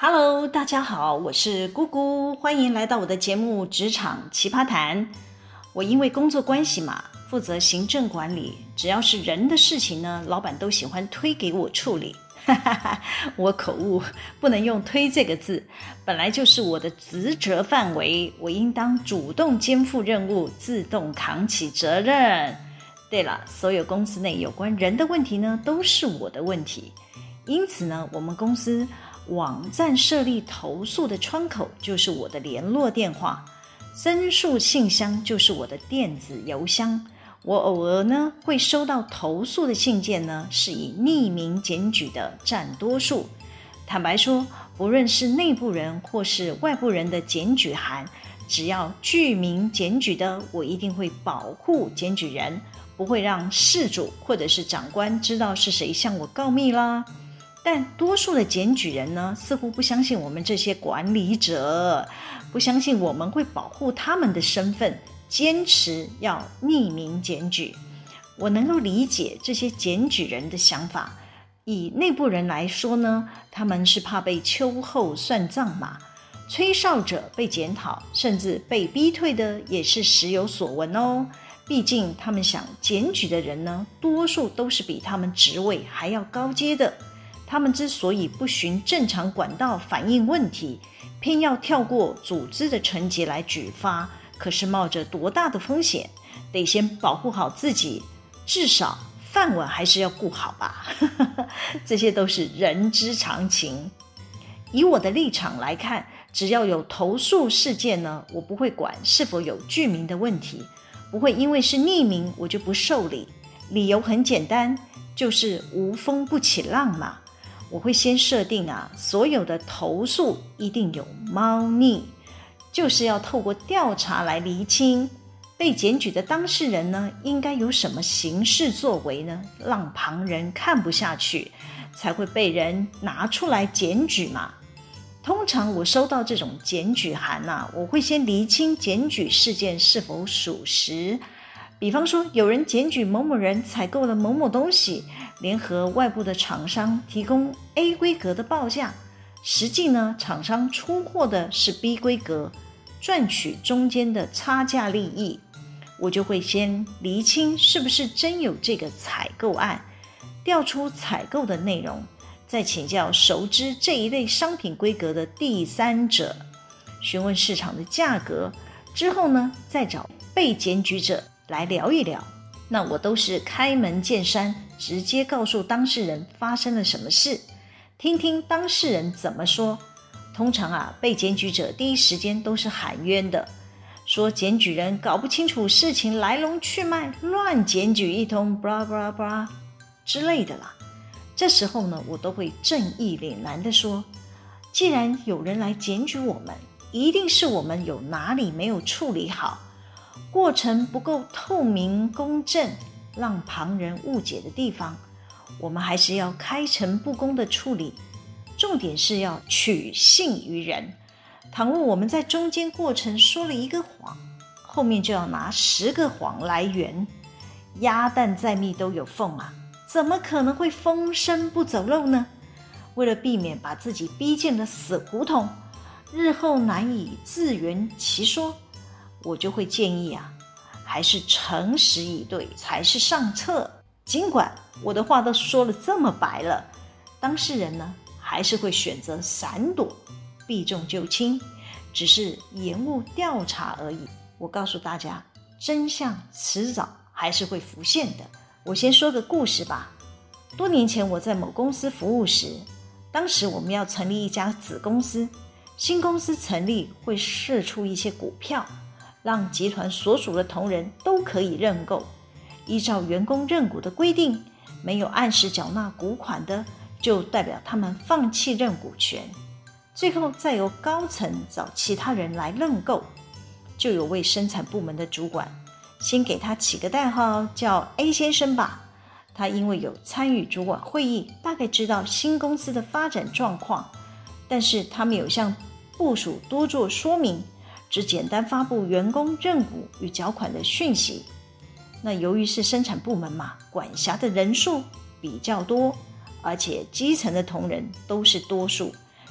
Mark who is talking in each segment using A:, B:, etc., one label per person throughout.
A: Hello， 大家好，我是姑姑，欢迎来到我的节目《职场奇葩谈》。我因为工作关系嘛，负责行政管理，只要是人的事情呢，老板都喜欢推给我处理。我口误，不能用推这个字，本来就是我的职责范围，我应当主动肩负任务，自动扛起责任。对了，所有公司内有关人的问题呢，都是我的问题。因此呢，我们公司网站设立投诉的窗口就是我的联络电话，申诉信箱就是我的电子邮箱。我偶尔呢会收到投诉的信件呢，是以匿名检举的占多数。坦白说，不论是内部人或是外部人的检举函，只要具名检举的，我一定会保护检举人，不会让事主或者是长官知道是谁向我告密啦。但多数的检举人呢，似乎不相信我们这些管理者，不相信我们会保护他们的身份，坚持要匿名检举。我能够理解这些检举人的想法。以内部人来说呢，他们是怕被秋后算账嘛，吹哨者被检讨，甚至被逼退的也是时有所闻哦。毕竟他们想检举的人呢，多数都是比他们职位还要高阶的。他们之所以不循正常管道反映问题，偏要跳过组织的层级来举发，可是冒着多大的风险，得先保护好自己，至少饭碗还是要顾好吧。这些都是人之常情。以我的立场来看，只要有投诉事件呢，我不会管是否有具名的问题，不会因为是匿名我就不受理。理由很简单，就是无风不起浪嘛。我会先设定所有的投诉一定有猫腻，就是要透过调查来厘清被检举的当事人呢，应该有什么行事作为呢，让旁人看不下去，才会被人拿出来检举嘛。通常我收到这种检举函我会先厘清检举事件是否属实。比方说，有人检举某某人采购了某某东西，联合外部的厂商提供 A 规格的报价，实际呢，厂商出货的是 B 规格，赚取中间的差价利益。我就会先厘清是不是真有这个采购案，调出采购的内容，再请教熟知这一类商品规格的第三者，询问市场的价格，之后呢，再找被检举者来聊一聊。那我都是开门见山，直接告诉当事人发生了什么事，听听当事人怎么说。通常被检举者第一时间都是喊冤的，说检举人搞不清楚事情来龙去脉，乱检举一通 blah blah blah 之类的啦。这时候呢，我都会正义凛然地说，既然有人来检举我们，一定是我们有哪里没有处理好，过程不够透明公正，让旁人误解的地方，我们还是要开诚布公的处理。重点是要取信于人。倘若我们在中间过程说了一个谎，后面就要拿10个谎来圆。鸭蛋再密都有缝怎么可能会风声不走漏呢？为了避免把自己逼进了死胡同，日后难以自圆其说，我就会建议还是诚实以对才是上策。尽管我的话都说了这么白了，当事人呢，还是会选择闪躲，避重就轻，只是延误调查而已。我告诉大家，真相迟早还是会浮现的。我先说个故事吧。多年前我在某公司服务时，当时我们要成立一家子公司，新公司成立会释出一些股票，让集团所属的同仁都可以认购。依照员工认股的规定，没有按时缴纳股款的，就代表他们放弃认股权，最后再由高层找其他人来认购。就有位生产部门的主管，先给他起个代号叫 A 先生吧。他因为有参与主管会议，大概知道新公司的发展状况，但是他没有向部属多做说明，只简单发布员工认股与缴款的讯息。那由于是生产部门嘛，管辖的人数比较多，而且基层的同仁都是多数，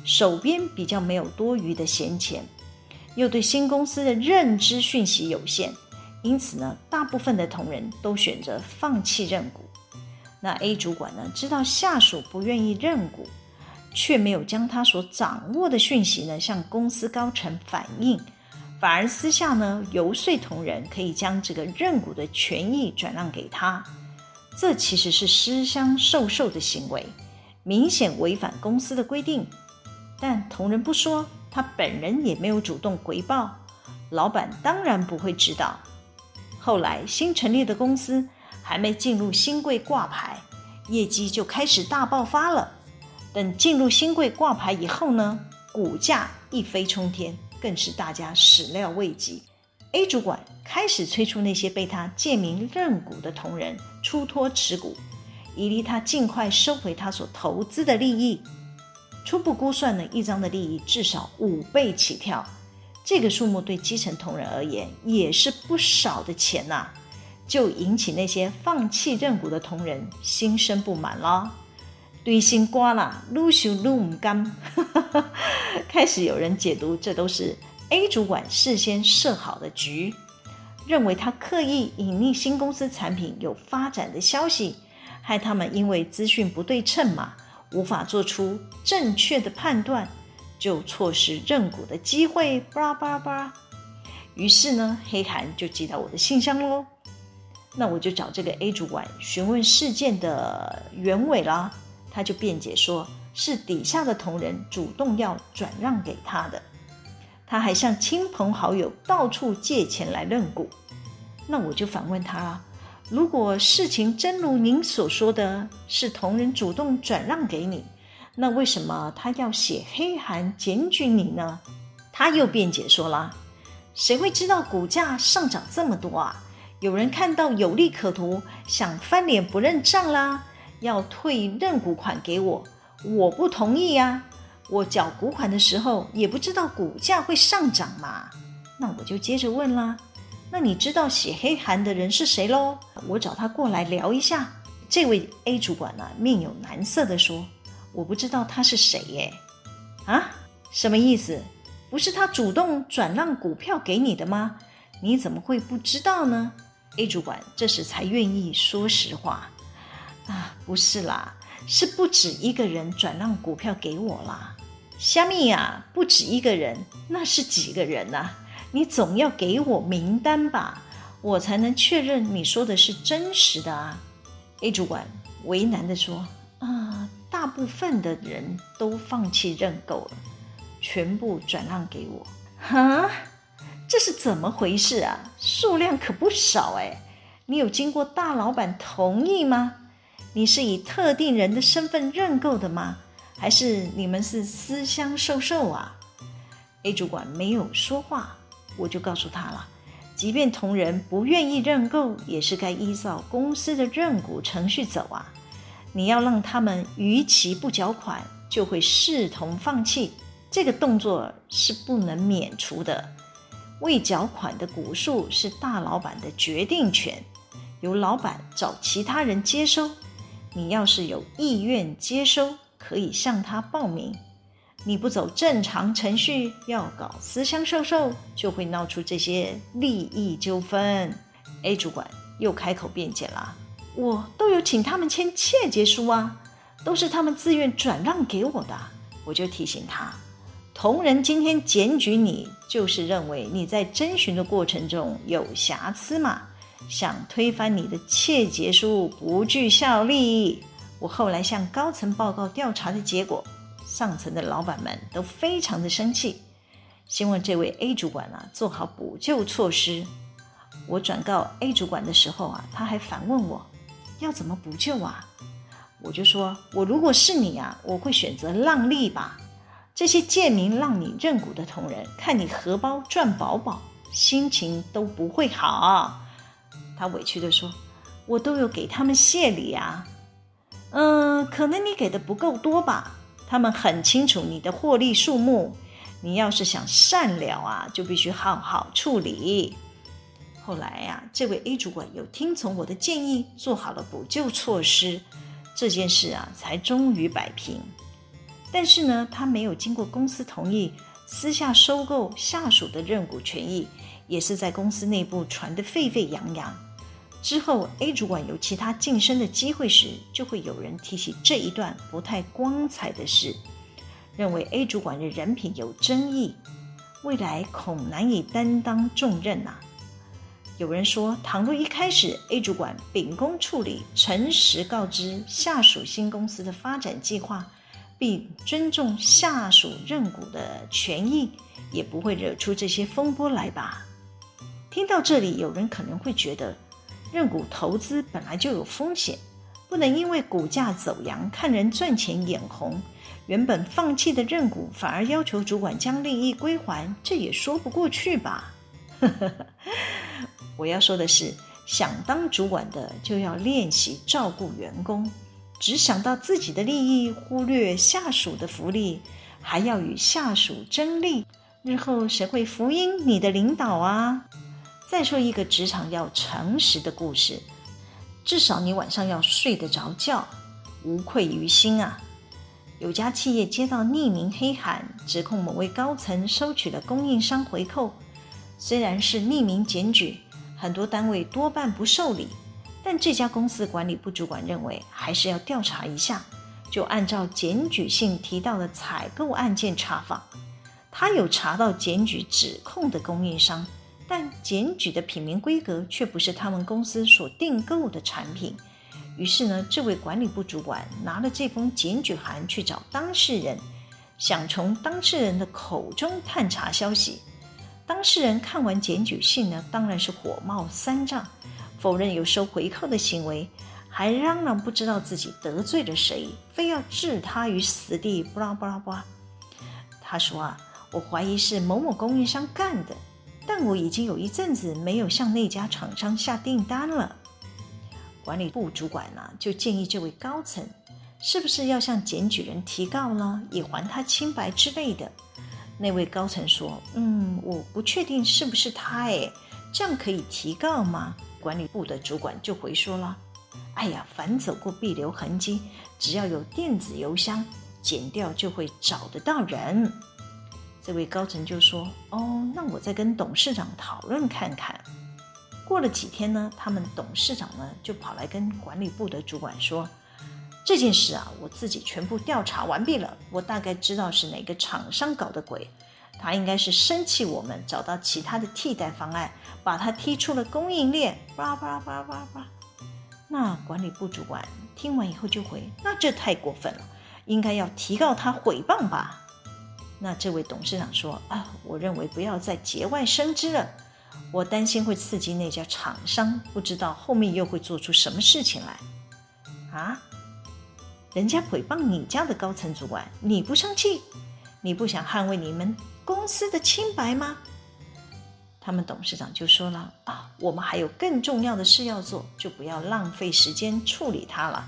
A: 手边比较没有多余的闲钱，又对新公司的认知讯息有限，因此呢，大部分的同仁都选择放弃认股。那 A 主管呢，知道下属不愿意认股，却没有将他所掌握的讯息呢向公司高层反映，反而私下呢游说同仁可以将这个认股的权益转让给他。这其实是私相授受的行为，明显违反公司的规定。但同仁不说，他本人也没有主动回报，老板当然不会知道。后来新成立的公司还没进入新贵挂牌，业绩就开始大爆发了。等进入新贵挂牌以后呢，股价一飞冲天，更是大家始料未及。A 主管开始催促那些被他借名认股的同仁出脱持股，以利他尽快收回他所投资的利益。初步估算呢，一张的利益至少5倍起跳，这个数目对基层同仁而言也是不少的钱啊，就引起那些放弃认股的同仁心生不满了。对心瓜啦，愈想愈不甘，开始有人解读这都是 A 主管事先设好的局，认为他刻意隐匿新公司产品有发展的消息，害他们因为资讯不对称嘛，无法做出正确的判断，就错失认股的机会，巴拉巴拉巴拉。于是呢，黑函就寄到我的信箱咯。那我就找这个 A 主管询问事件的原委啦。他就辩解说，是底下的同仁主动要转让给他的，他还向亲朋好友到处借钱来认股。那我就反问他啦，如果事情真如您所说的是同仁主动转让给你，那为什么他要写黑函检举你呢？他又辩解说啦，谁会知道股价上涨这么多啊？有人看到有利可图，想翻脸不认账啦，要退认股款给我，我不同意啊。我缴股款的时候也不知道股价会上涨嘛。那我就接着问啦，那你知道写黑函的人是谁咯？我找他过来聊一下。这位 A 主管啊，面有难色地说，我不知道他是谁耶。啊？什么意思？不是他主动转让股票给你的吗？你怎么会不知道呢？ A 主管这时才愿意说实话啊，不是啦，是不止一个人转让股票给我啦。虾米啊，不止一个人，那是几个人啊？你总要给我名单吧，我才能确认你说的是真实的啊。 A 主管为难地说，大部分的人都放弃认购了，全部转让给我。哈？这是怎么回事啊？数量可不少哎！你有经过大老板同意吗？你是以特定人的身份认购的吗？还是你们是私相授受啊？ A 主管没有说话，我就告诉他了，即便同仁不愿意认购，也是该依照公司的认股程序走啊。你要让他们逾期不缴款，就会视同放弃，这个动作是不能免除的。未缴款的股数是大老板的决定权，由老板找其他人接收。你要是有意愿接收，可以向他报名。你不走正常程序，要搞私相授受，就会闹出这些利益纠纷。 A 主管又开口辩解啦，我都有请他们签切结书啊，都是他们自愿转让给我的。我就提醒他，同仁今天检举你，就是认为你在征询的过程中有瑕疵嘛，想推翻你的切结书不具效力。我后来向高层报告调查的结果，上层的老板们都非常的生气，希望这位 A 主管做好补救措施。我转告 A 主管的时候他还反问我要怎么补救啊？我就说，我如果是你我会选择让利吧。这些借名让你认股的同仁，看你荷包赚饱饱，心情都不会好。他委屈地说，我都有给他们谢礼啊。可能你给的不够多吧，他们很清楚你的获利数目，你要是想善了就必须好好处理。后来这位 A 主管有听从我的建议，做好了补救措施，这件事才终于摆平。 但是呢，他没有经过公司同意，私下收购下属的认股权益，也是在公司内部传得沸沸扬扬。之后 A 主管有其他晋升的机会时，就会有人提起这一段不太光彩的事，认为 A 主管的人品有争议，未来恐难以担当重任啊。有人说，倘若一开始 A 主管秉公处理，诚实告知下属新公司的发展计划，并尊重下属认股的权益，也不会惹出这些风波来吧。听到这里，有人可能会觉得，认股投资本来就有风险，不能因为股价走扬，看人赚钱眼红，原本放弃的认股，反而要求主管将利益归还，这也说不过去吧。我要说的是，想当主管的就要练习照顾员工，只想到自己的利益，忽略下属的福利，还要与下属争利，日后谁会服膺你的领导啊？再说一个职场要诚实的故事，至少你晚上要睡得着觉，无愧于心啊。有家企业接到匿名黑函，指控某位高层收取了供应商回扣，虽然是匿名检举，很多单位多半不受理，但这家公司管理部主管认为还是要调查一下，就按照检举信提到的采购案件查访。他有查到检举指控的供应商，但检举的品名规格却不是他们公司所订购的产品。于是呢，这位管理部主管拿了这封检举函去找当事人，想从当事人的口中探查消息。当事人看完检举信呢，当然是火冒三丈，否认有收回扣的行为，还嚷嚷不知道自己得罪了谁，非要置他于死地，巴拉巴拉巴拉。他说我怀疑是某某供应商干的，但我已经有一阵子没有向那家厂商下订单了。管理部主管就建议这位高层，是不是要向检举人提告呢，以还他清白之类的。那位高层说，我不确定是不是他这样可以提告吗？管理部的主管就回说了，哎呀，凡走过必留痕迹，只要有电子邮箱，检调就会找得到人。这位高层就说，那我再跟董事长讨论看看。过了几天呢，他们董事长就跑来跟管理部的主管说，这件事我自己全部调查完毕了，我大概知道是哪个厂商搞的鬼，他应该是生气我们找到其他的替代方案，把他踢出了供应链，巴拉巴拉巴拉巴拉巴拉。那管理部主管听完以后就回，那这太过分了，应该要提告他诽谤吧。那这位董事长说，我认为不要再节外生枝了，我担心会刺激那家厂商，不知道后面又会做出什么事情来。人家诽谤你家的高层主管，你不生气？你不想捍卫你们公司的清白吗？他们董事长就说了，我们还有更重要的事要做，就不要浪费时间处理它了。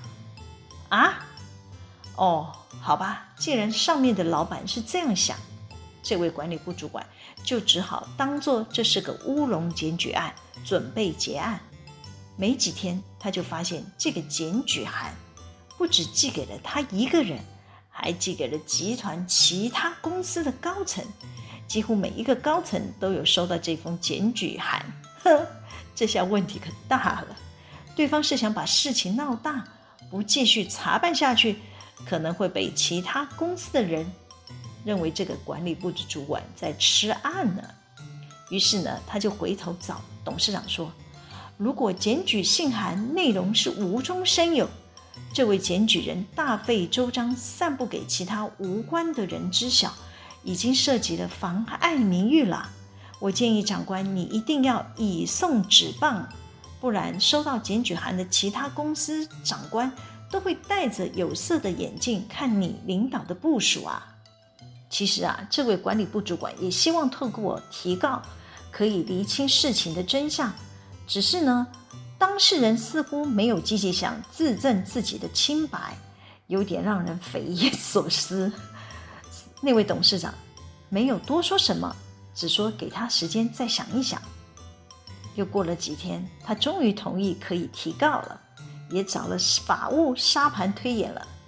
A: 好吧，既然上面的老板是这样想，这位管理部主管就只好当作这是个乌龙检举案，准备结案。没几天，他就发现这个检举函不只寄给了他一个人，还寄给了集团其他公司的高层，几乎每一个高层都有收到这封检举函。这下问题可大了，对方是想把事情闹大，不继续查办下去，可能会被其他公司的人认为这个管理部的主管在吃案呢。于是呢，他就回头找董事长说，如果检举信函内容是无中生有，这位检举人大费周章散布给其他无关的人知晓，已经涉及了妨碍名誉了。我建议长官你一定要以送纸棒，不然收到检举函的其他公司长官都会戴着有色的眼镜看你领导的部署啊。其实这位管理部主管也希望透过提告可以厘清事情的真相，只是呢，当事人似乎没有积极想自证自己的清白，有点让人匪夷所思。那位董事长没有多说什么，只说给他时间再想一想。又过了几天，他终于同意可以提告了，也找了法务沙盘推演了。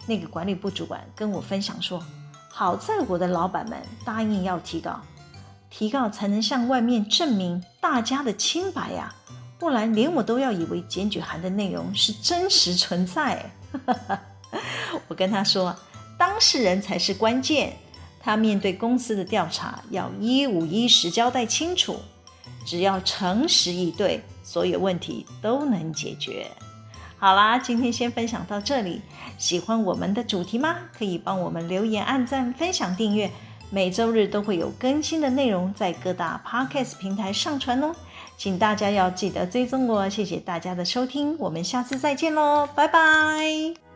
A: 那个管理部主管跟我分享说，好在我的老板们答应要提告，提告才能向外面证明大家的清白呀，不然连我都要以为检举函的内容是真实存在。我跟他说，当事人才是关键，他面对公司的调查要1510交代清楚，只要诚实以对，所有问题都能解决。好啦，今天先分享到这里。喜欢我们的主题吗？可以帮我们留言、按赞、分享、订阅。每周日都会有更新的内容在各大 Podcast 平台上传哦，请大家要记得追踪我。谢谢大家的收听，我们下次再见咯，拜拜。